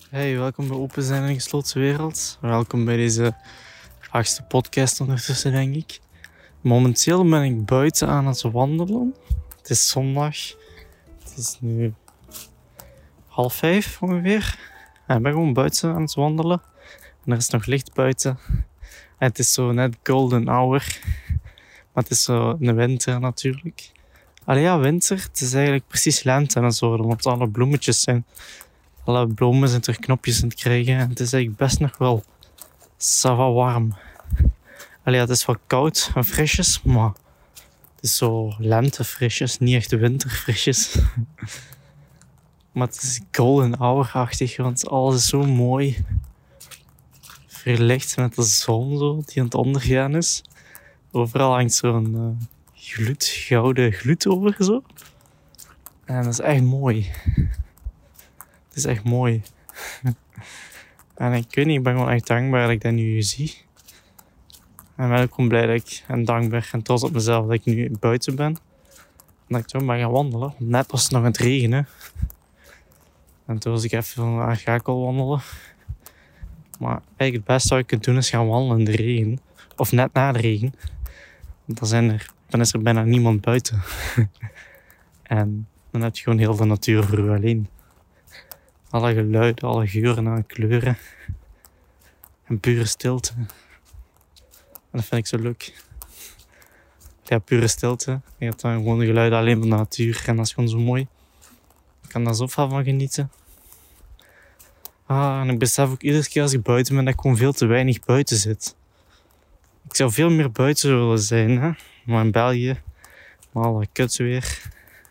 Hey, welkom bij Open Zijn en Gesloten Wereld. Welkom bij deze 8e podcast ondertussen, denk ik. Momenteel ben ik buiten aan het wandelen. Het is zondag. Het is nu 4:30 ongeveer. En ik ben gewoon buiten aan het wandelen. En er is nog licht buiten. En het is zo net golden hour. Maar het is zo in de winter natuurlijk. Allee ja, winter. Het is eigenlijk precies lente aan het worden, want alle bloemetjes zijn... Alle bloemen zijn terug knopjes aan het krijgen. En het is eigenlijk best nog wel ça va warm. Allee, ja, het is wel koud en frisjes, maar het is zo lentefrisjes, niet echt winterfrisjes. Maar het is golden hour-achtig, want alles is zo mooi. Verlicht met de zon zo, die aan het ondergaan is. Overal hangt zo'n gouden gloed over zo. En dat is echt mooi. Het is echt mooi. En ik weet niet, ik ben gewoon echt dankbaar dat ik dat nu zie. En ben ook gewoon blij dat ik en dankbaar en trots op mezelf dat ik nu buiten ben. En dat ik toch maar ga wandelen. Want net was het nog aan het regenen. En toen was ik even van, ga ik al wandelen? Maar eigenlijk het beste wat ik kan doen is gaan wandelen in de regen. Of net na de regen. Want dan is er bijna niemand buiten. En dan heb je gewoon heel de natuur voor je alleen. Alle geluiden, alle geuren en kleuren. En pure stilte. En dat vind ik zo leuk. Ja, pure stilte. Je hebt dan gewoon de geluiden alleen van de natuur. En dat is gewoon zo mooi. Ik kan daar zo veel van genieten. En ik besef ook iedere keer als ik buiten ben dat ik gewoon veel te weinig buiten zit. Ik zou veel meer buiten willen zijn. Hè? Maar in België, met alle kutsweer.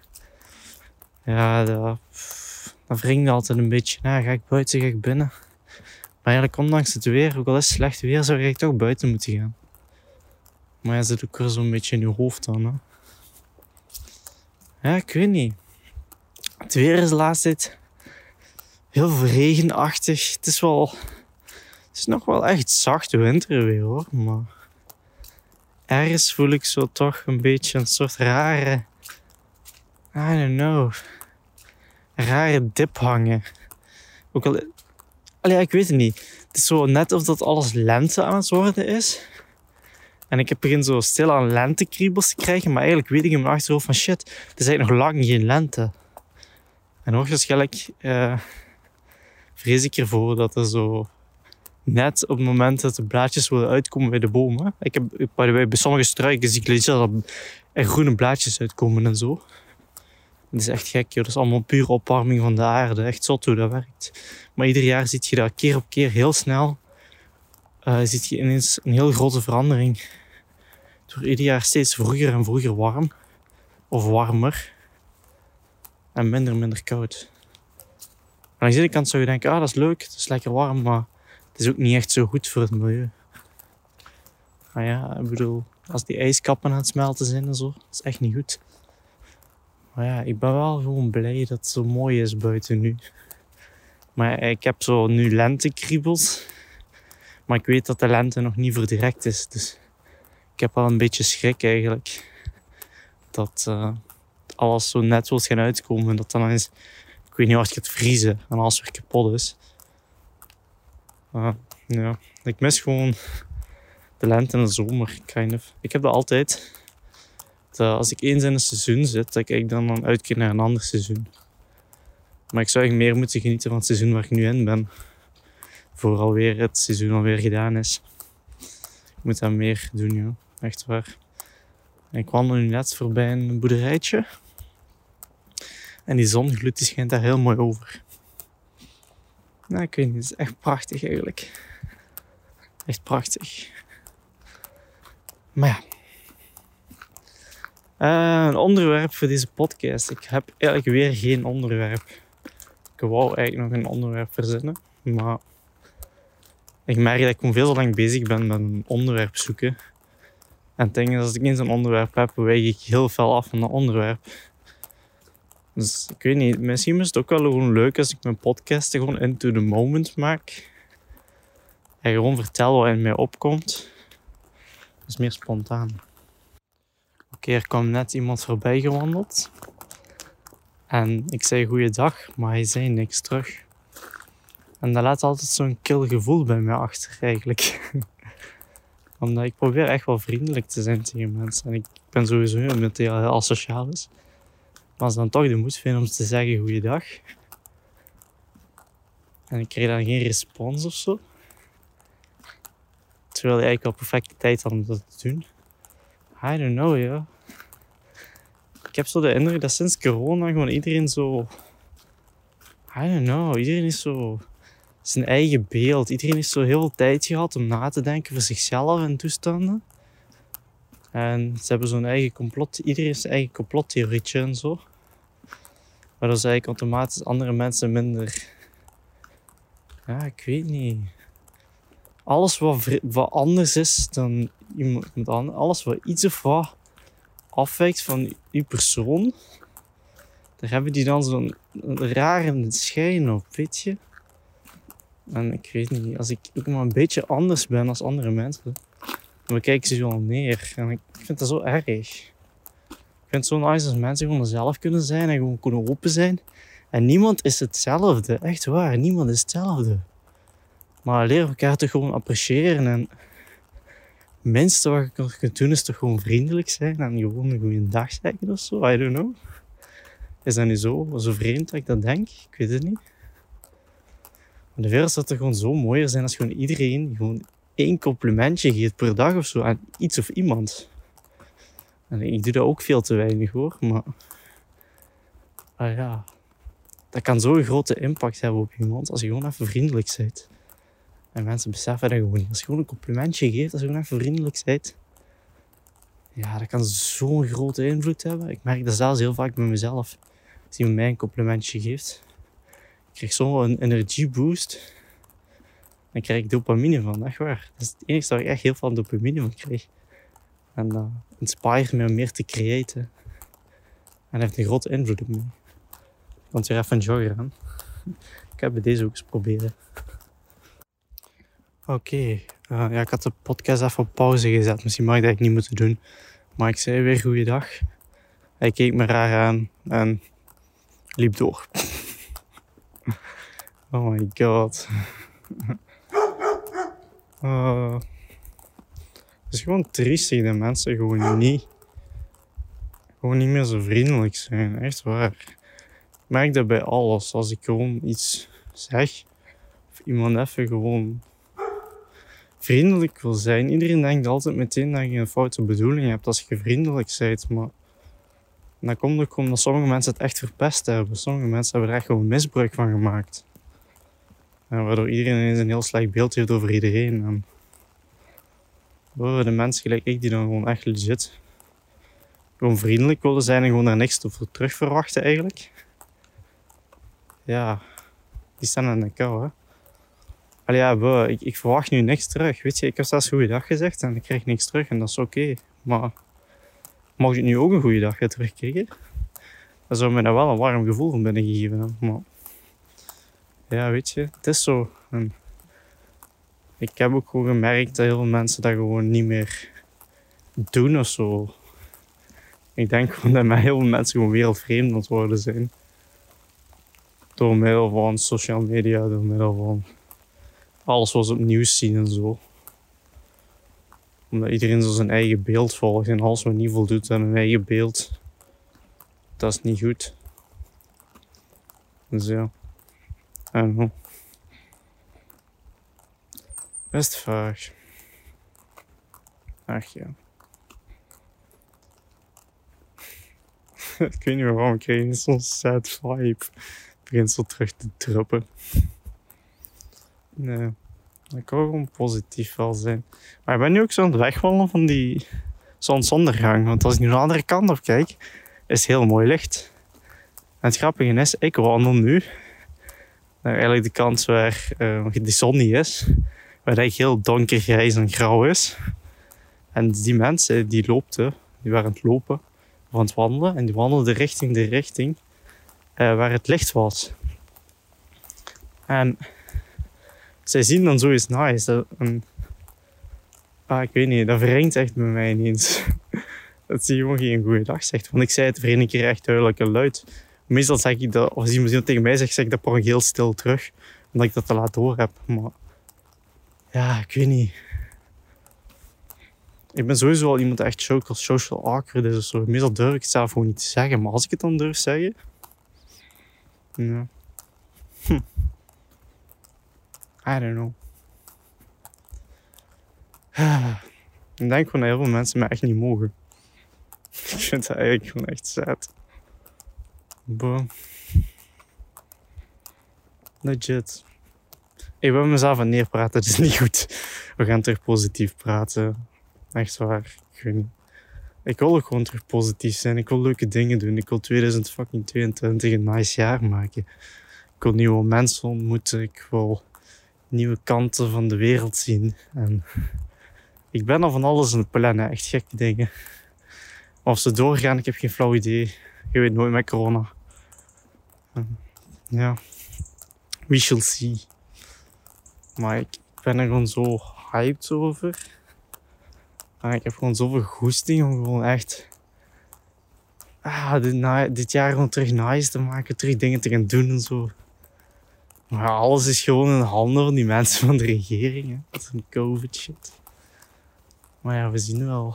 Ja, dan wringt altijd een beetje. Ga ik buiten, ga ik binnen. Maar eigenlijk ondanks het weer, ook al is het slecht weer, zou ik toch buiten moeten gaan. Maar ja, zit ook weer zo'n beetje in je hoofd dan. Hè? Ja, ik weet niet. Het weer is de laatste tijd heel veel regenachtig. Het is nog wel echt zacht winterweer hoor. Maar ergens voel ik zo toch een beetje een soort rare... I don't know... rare dip hangen. Ook al... Allee, ik weet het niet. Het is zo net of dat alles lente aan het worden is. En ik begin zo stil aan lentekriebels te krijgen. Maar eigenlijk weet ik in mijn achterhoofd van shit, het is eigenlijk nog lang geen lente. En hoogstwaarschijnlijk vrees ik ervoor dat er zo... Net op het moment dat de blaadjes willen uitkomen bij de bomen. Ik heb bij sommige struiken zie ik dat er groene blaadjes uitkomen en zo. Dat is echt gek, joh. Dat is allemaal puur opwarming van de aarde. Echt zot hoe dat werkt. Maar ieder jaar zie je dat keer op keer heel snel. Zie je ineens een heel grote verandering. Het wordt ieder jaar steeds vroeger en vroeger warm. Of warmer. En minder koud. En aan de ene kant zou je denken, dat is leuk. Het is lekker warm, maar het is ook niet echt zo goed voor het milieu. Maar ja, ik bedoel, als die ijskappen aan het smelten zijn en zo, dat is echt niet goed. Maar ja, ik ben wel gewoon blij dat het zo mooi is buiten nu. Maar ik heb zo nu lentekriebels. Maar ik weet dat de lente nog niet voor direct is. Dus ik heb wel een beetje schrik eigenlijk. Dat alles zo net wil gaan uitkomen. Dat dan eens, ik weet niet of het gaat vriezen en alles weer kapot is. Ja, ik mis gewoon de lente en de zomer, kind of. Ik heb dat altijd... als ik eens in een seizoen zit, dat ik dan uitkijk naar een ander seizoen. Maar ik zou echt meer moeten genieten van het seizoen waar ik nu in ben. Voor alweer het seizoen alweer gedaan is. Ik moet dat meer doen, joh. Echt waar. En ik wandel nu net voorbij een boerderijtje. En die zongloed die schijnt daar heel mooi over. Nou, ik weet niet, het is echt prachtig eigenlijk. Echt prachtig. Maar ja. Een onderwerp voor deze podcast. Ik heb eigenlijk weer geen onderwerp. Ik wou eigenlijk nog een onderwerp verzinnen. Maar ik merk dat ik gewoon veel te lang bezig ben met een onderwerp zoeken. En het ding is, als ik eens een onderwerp heb, wijk ik heel veel af van dat onderwerp. Dus ik weet niet, misschien is het ook wel gewoon leuk als ik mijn podcast gewoon into the moment maak. En gewoon vertel wat in mij opkomt. Dat is meer spontaan. Oké, er kwam net iemand voorbij gewandeld. En ik zei goeiedag, maar hij zei niks terug. En dat laat altijd zo'n kil gevoel bij mij achter, eigenlijk. Omdat ik probeer echt wel vriendelijk te zijn tegen mensen. En ik ben sowieso iemand die heel asociaal is. Maar als dan toch de moed vinden om te zeggen goeiedag. En ik krijg dan geen respons of zo. Terwijl je eigenlijk wel perfecte tijd had om dat te doen. I don't know, ja. Ik heb zo de indruk dat sinds corona gewoon iedereen zo... I don't know, iedereen is zo... zijn eigen beeld. Iedereen heeft zo heel veel tijd gehad om na te denken voor zichzelf en toestanden. En ze hebben zo'n eigen complot... Iedereen heeft zijn eigen complottheorietje en zo. Waardoor ze eigenlijk automatisch andere mensen minder... Ja, ik weet niet. Alles wat anders is dan iemand anders. Alles wat iets of wat afwijkt van die persoon. Daar hebben die dan zo'n rare schijn op, weet je. En ik weet niet, als ik ook maar een beetje anders ben dan andere mensen, dan bekijken ze wel neer. En ik vind dat zo erg. Ik vind het zo nice als mensen gewoon zelf kunnen zijn en gewoon kunnen open zijn. En niemand is hetzelfde, echt waar, niemand is hetzelfde. Maar leer elkaar toch gewoon appreciëren. En het minste wat je kunt doen is toch gewoon vriendelijk zijn en gewoon een goede dag zeggen of zo, I don't know. Is dat nu zo vreemd dat ik dat denk? Ik weet het niet. Maar de wereld zou toch gewoon zo mooier zijn als gewoon iedereen gewoon 1 complimentje geeft per dag of zo aan iets of iemand. En ik doe dat ook veel te weinig hoor, maar... ja, dat kan zo'n grote impact hebben op iemand als je gewoon even vriendelijk bent. En mensen beseffen dat gewoon niet. Als je gewoon een complimentje geeft, als je gewoon even vriendelijk bent... Ja, dat kan zo'n grote invloed hebben. Ik merk dat zelfs heel vaak bij mezelf. Als iemand mij een complimentje geeft... Ik krijg zo'n energieboost. Dan krijg ik dopamine van, echt waar. Dat is het enige waar ik echt heel veel dopamine van krijg. En dat inspireert me om meer te creëren. En dat heeft een grote invloed op mij. Ik kan weer even joggen aan. Ik ga bij deze ook eens proberen. Oké. Ja, ik had de podcast even op pauze gezet. Misschien mag ik dat niet moeten doen. Maar ik zei weer goeiedag. Hij keek me raar aan en liep door. Oh my god. Het is gewoon triestig dat mensen gewoon niet meer zo vriendelijk zijn. Echt waar. Ik merk dat bij alles. Als ik gewoon iets zeg, of iemand even gewoon vriendelijk wil zijn. Iedereen denkt altijd meteen dat je een foute bedoeling hebt als je vriendelijk bent. Maar dan komt ook omdat sommige mensen het echt verpest hebben. Sommige mensen hebben er echt gewoon misbruik van gemaakt. En waardoor iedereen ineens een heel slecht beeld heeft over iedereen. En de mensen gelijk ik die dan gewoon echt legit gewoon vriendelijk willen zijn en gewoon daar niks voor terug verwachten eigenlijk. Ja, die staan aan de kou, hè. Allee, ja, ik verwacht nu niks terug. Weet je, ik heb zelfs goeiedag gezegd en ik krijg niks terug en dat is oké. Maar mag ik nu ook een goeiedag gaan terugkrijgen? Dan zou mij dat wel een warm gevoel van binnen gegeven hebben. Maar ja, weet je, het is zo. En ik heb ook gewoon gemerkt dat heel veel mensen dat gewoon niet meer doen of zo. Ik denk gewoon dat met heel veel mensen gewoon wereldvreemd aan het worden zijn. Door middel van social media, door middel van alles wat ze op nieuws zien en zo. Omdat iedereen zo zijn eigen beeld volgt en alles wat niet voldoet aan hun eigen beeld, dat is niet goed. Dus ja, I don't know. Best vaag. Ach ja. Ik weet niet waarom, ik krijg zo'n sad vibe. Het begint zo terug te druppen. Nee, ik wil gewoon positief wel zijn. Maar ik ben nu ook zo aan het wegwandelen van die zonsondergang. Want als ik nu naar de andere kant op kijk, is het heel mooi licht. En het grappige is, ik wandel nu naar eigenlijk de kant waar de zon niet is. Waar het heel donker, grijs en grauw is. En die mensen die waren aan het lopen of aan het wandelen. En die wandelden richting de richting waar het licht was. En zij zien dan zoiets nice. Ik weet niet, dat wringt echt bij mij ineens. Dat ze gewoon geen goede dag zegt. Want ik zei het voor één keer echt duidelijk en luid. Meestal zeg ik dat, of als iemand tegen mij zegt, zeg ik dat per heel stil terug. Omdat ik dat te laat door heb. Maar ja, ik weet niet. Ik ben sowieso al iemand die echt social awkward is of zo. Meestal durf ik het zelf gewoon niet te zeggen. Maar als ik het dan durf zeggen... Ja. I don't know. Ik denk gewoon dat heel veel mensen mij echt niet mogen. Ik vind het eigenlijk gewoon echt sad. Boom. Legit. Ik wil mezelf aan neerpraten, dat is niet goed. We gaan terug positief praten. Echt waar. Ik weet niet. Ik wil ook gewoon terug positief zijn. Ik wil leuke dingen doen. Ik wil 2022 een nice jaar maken. Ik wil nieuwe mensen ontmoeten. Ik wil nieuwe kanten van de wereld zien. En ik ben al van alles aan het plannen. Echt gekke dingen. Of ze doorgaan, ik heb geen flauw idee. Je weet nooit met corona. Ja. We shall see. Maar ik ben er gewoon zo hyped over. En ik heb gewoon zoveel goesting om gewoon echt... dit jaar gewoon terug nice te maken. Terug dingen te gaan doen en zo. Maar alles is gewoon in handen van die mensen van de regering. Hè. Dat is een COVID shit. Maar ja, we zien wel.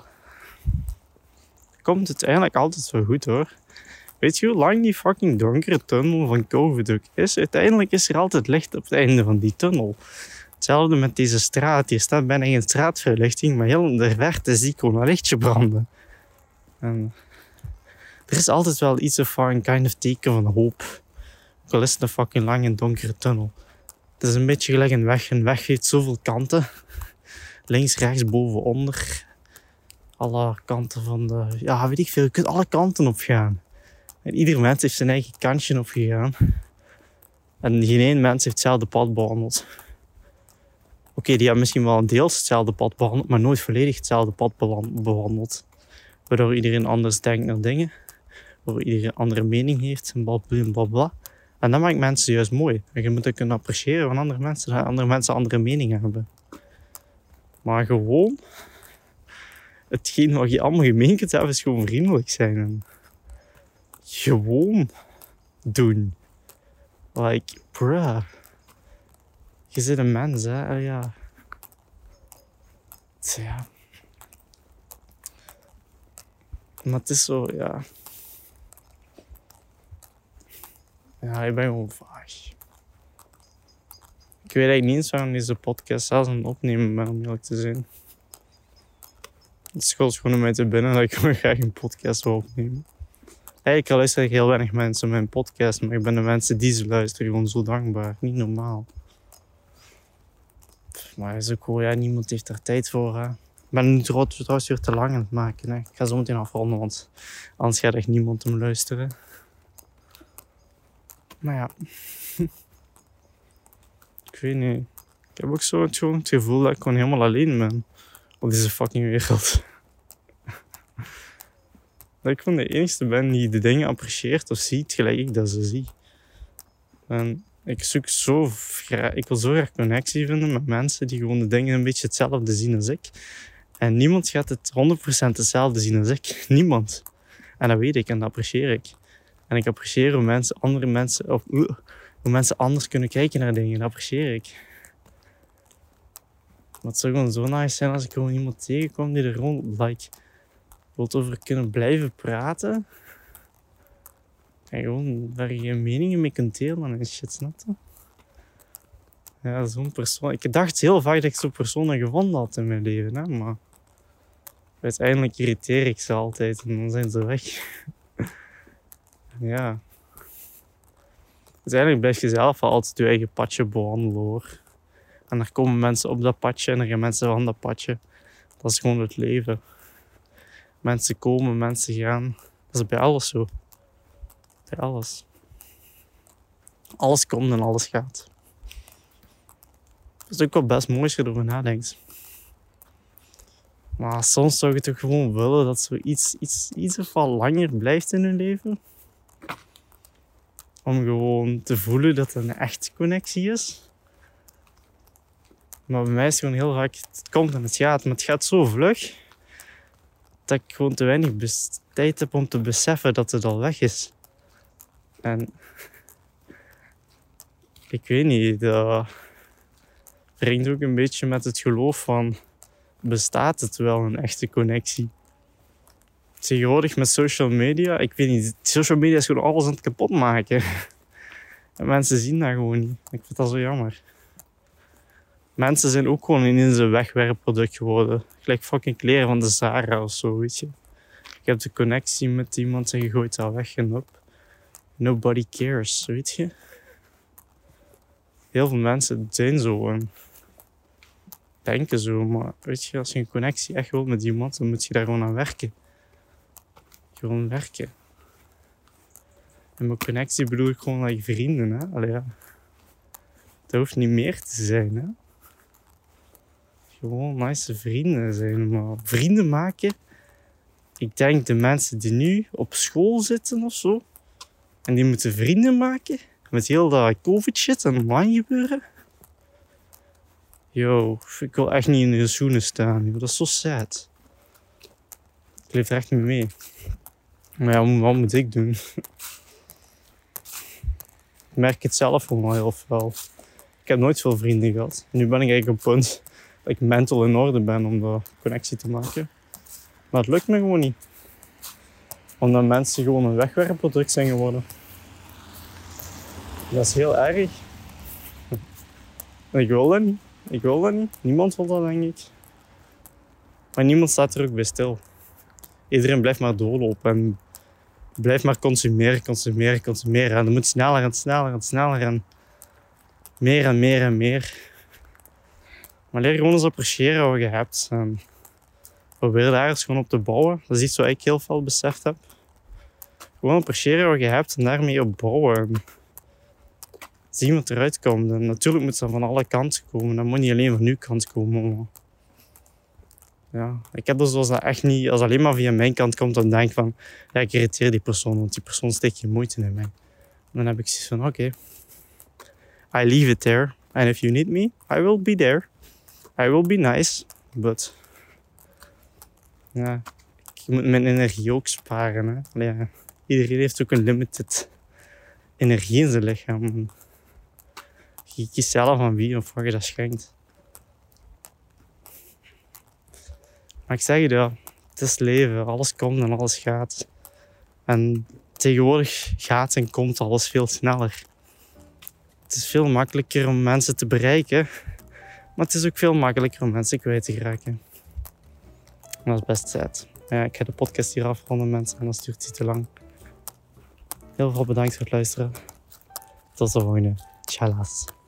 Komt uiteindelijk altijd wel goed hoor. Weet je hoe lang die fucking donkere tunnel van COVID ook is? Uiteindelijk is er altijd licht op het einde van die tunnel. Hetzelfde met deze straat. Hier staat bijna geen straatverlichting, maar heel in de verte zie ik gewoon een lichtje branden. En er is altijd wel iets of een kind of teken van hoop. Ook al is het een fucking lange donkere tunnel. Het is een beetje gelijk een weg. Een weg heeft zoveel kanten. Links, rechts, boven, onder. Alle kanten van de... Ja, weet ik veel. Je kunt alle kanten op gaan. En ieder mens heeft zijn eigen kantje opgegaan. En geen één mens heeft hetzelfde pad behandeld. Oké, die hebben misschien wel deels hetzelfde pad behandeld, maar nooit volledig hetzelfde pad behandeld. Waardoor iedereen anders denkt naar dingen. Waardoor iedereen een andere mening heeft. En blablabla. En dat maakt mensen juist mooi. En je moet het kunnen appreciëren van andere mensen. Dat andere mensen andere meningen hebben. Maar gewoon... Hetgeen wat je allemaal gemeen kunt hebben, is gewoon vriendelijk zijn. En gewoon doen. Like, bruh. Je zit een mens, hè. Ja. Tja. Maar het is zo, ja. Ja, ik ben gewoon vaag. Ik weet eigenlijk niet eens waarom deze podcast zelfs aan het opnemen ben, om eerlijk te zijn. Het schoot gewoon om mij te binnen dat ik gewoon graag een podcast wil opnemen. Eigenlijk luisteren heel weinig mensen mijn podcast, maar ik ben de mensen die ze luisteren gewoon zo dankbaar. Niet normaal. Maar is ook gewoon, ja, niemand heeft daar tijd voor. Hè. Ik ben nu trouwens weer te lang aan het maken. Hè. Ik ga zo meteen afronden, want anders gaat echt niemand om luisteren. Maar ja. Ik weet niet. Ik heb ook zo het gevoel dat ik gewoon helemaal alleen ben. Op deze fucking wereld. Dat ik gewoon de enige ben die de dingen apprecieert of ziet gelijk ik dat ze zie. En ik wil zo graag connectie vinden met mensen die gewoon de dingen een beetje hetzelfde zien als ik. En niemand gaat het 100% hetzelfde zien als ik. Niemand. En dat weet ik en dat apprecieer ik. En ik apprecieer hoe mensen anders kunnen kijken naar dingen. Dat apprecieer ik. Maar het zou gewoon zo nice zijn als ik gewoon iemand tegenkom die er gewoon wilt over kunnen blijven praten. En gewoon waar je je meningen mee kunt delen en shit, snap je? Ja, zo'n persoon. Ik dacht heel vaak dat ik zo'n persoon gevonden had in mijn leven, hè, maar uiteindelijk irriteer ik ze altijd en dan zijn ze weg. Ja. Uiteindelijk blijf je zelf altijd je eigen padje bewandelen, hoor. En er komen mensen op dat padje en er gaan mensen van dat padje. Dat is gewoon het leven. Mensen komen, mensen gaan. Dat is bij alles zo. Bij alles. Alles komt en alles gaat. Dat is ook wel best mooi als je erover nadenkt. Maar soms zou je toch gewoon willen dat zoiets iets of wat langer blijft in je leven. Om gewoon te voelen dat het een echte connectie is. Maar bij mij is het gewoon heel vaak, het komt en het gaat. Maar het gaat zo vlug, dat ik gewoon te weinig tijd heb om te beseffen dat het al weg is. En Ik weet niet, dat brengt ook een beetje met het geloof van, bestaat het wel een echte connectie? Tegenwoordig met social media, ik weet niet, social media is gewoon alles aan het kapot maken. En mensen zien dat gewoon niet. Ik vind dat zo jammer. Mensen zijn ook gewoon ineens een wegwerpproduct geworden. Gelijk fucking kleren van de Zara of zo, weet je. Je hebt de connectie met iemand en je gooit dat weg en op. Nobody cares, weet je. Heel veel mensen zijn zo en denken zo, maar weet je, als je een connectie echt wilt met iemand, dan moet je daar gewoon aan werken. Gewoon werken. En met connectie bedoel ik gewoon like vrienden, hè. Allee, ja. Dat hoeft niet meer te zijn, hè. Gewoon nice vrienden zijn, maar vrienden maken. Ik denk de mensen die nu op school zitten of zo, en die moeten vrienden maken met heel dat COVID shit en online gebeuren. Yo, ik wil echt niet in de schoenen staan. Yo. Dat is zo sad. Ik leef er echt niet mee. Maar ja, wat moet ik doen? Ik merk het zelf gewoon al heel veel. Ik heb nooit veel vrienden gehad. Nu ben ik eigenlijk op het punt dat ik mental in orde ben om de connectie te maken. Maar het lukt me gewoon niet. Omdat mensen gewoon een wegwerpproduct zijn geworden. Dat is heel erg. En ik wil dat niet. Ik wil dat niet. Niemand wil dat, denk ik. Maar niemand staat er ook bij stil. Iedereen blijft maar doorlopen en blijft maar consumeren. En het moet sneller en meer en meer. Maar leer gewoon eens appreciëren wat je hebt. En probeer daar eens gewoon op te bouwen. Dat is iets wat ik heel veel beseft heb. Gewoon appreciëren wat je hebt en daarmee op bouwen. En zien wat eruit komt. En natuurlijk moet dat van alle kanten komen. Dat moet niet alleen van uw kant komen. Maar ja, ik heb dus dat echt niet... Als het alleen maar via mijn kant komt, dan denk ik van... Ja, ik irriteer die persoon, want die persoon steekt geen moeite in mij. En dan heb ik zoiets van, oké. I leave it there. And if you need me, I will be there. I will be nice. But... Ja, ik moet mijn energie ook sparen. Hè. Allee, ja. Iedereen heeft ook een limited energie in zijn lichaam. Je kiest zelf aan wie of wat je dat schenkt. Maar ik zeg je dat, het is leven. Alles komt en alles gaat. En tegenwoordig gaat en komt alles veel sneller. Het is veel makkelijker om mensen te bereiken. Maar het is ook veel makkelijker om mensen kwijt te geraken. En dat is best sad. Ja, ik ga de podcast hier afronden, mensen. En dat duurt iets te lang. Heel veel bedankt voor het luisteren. Tot de volgende. Tjallas.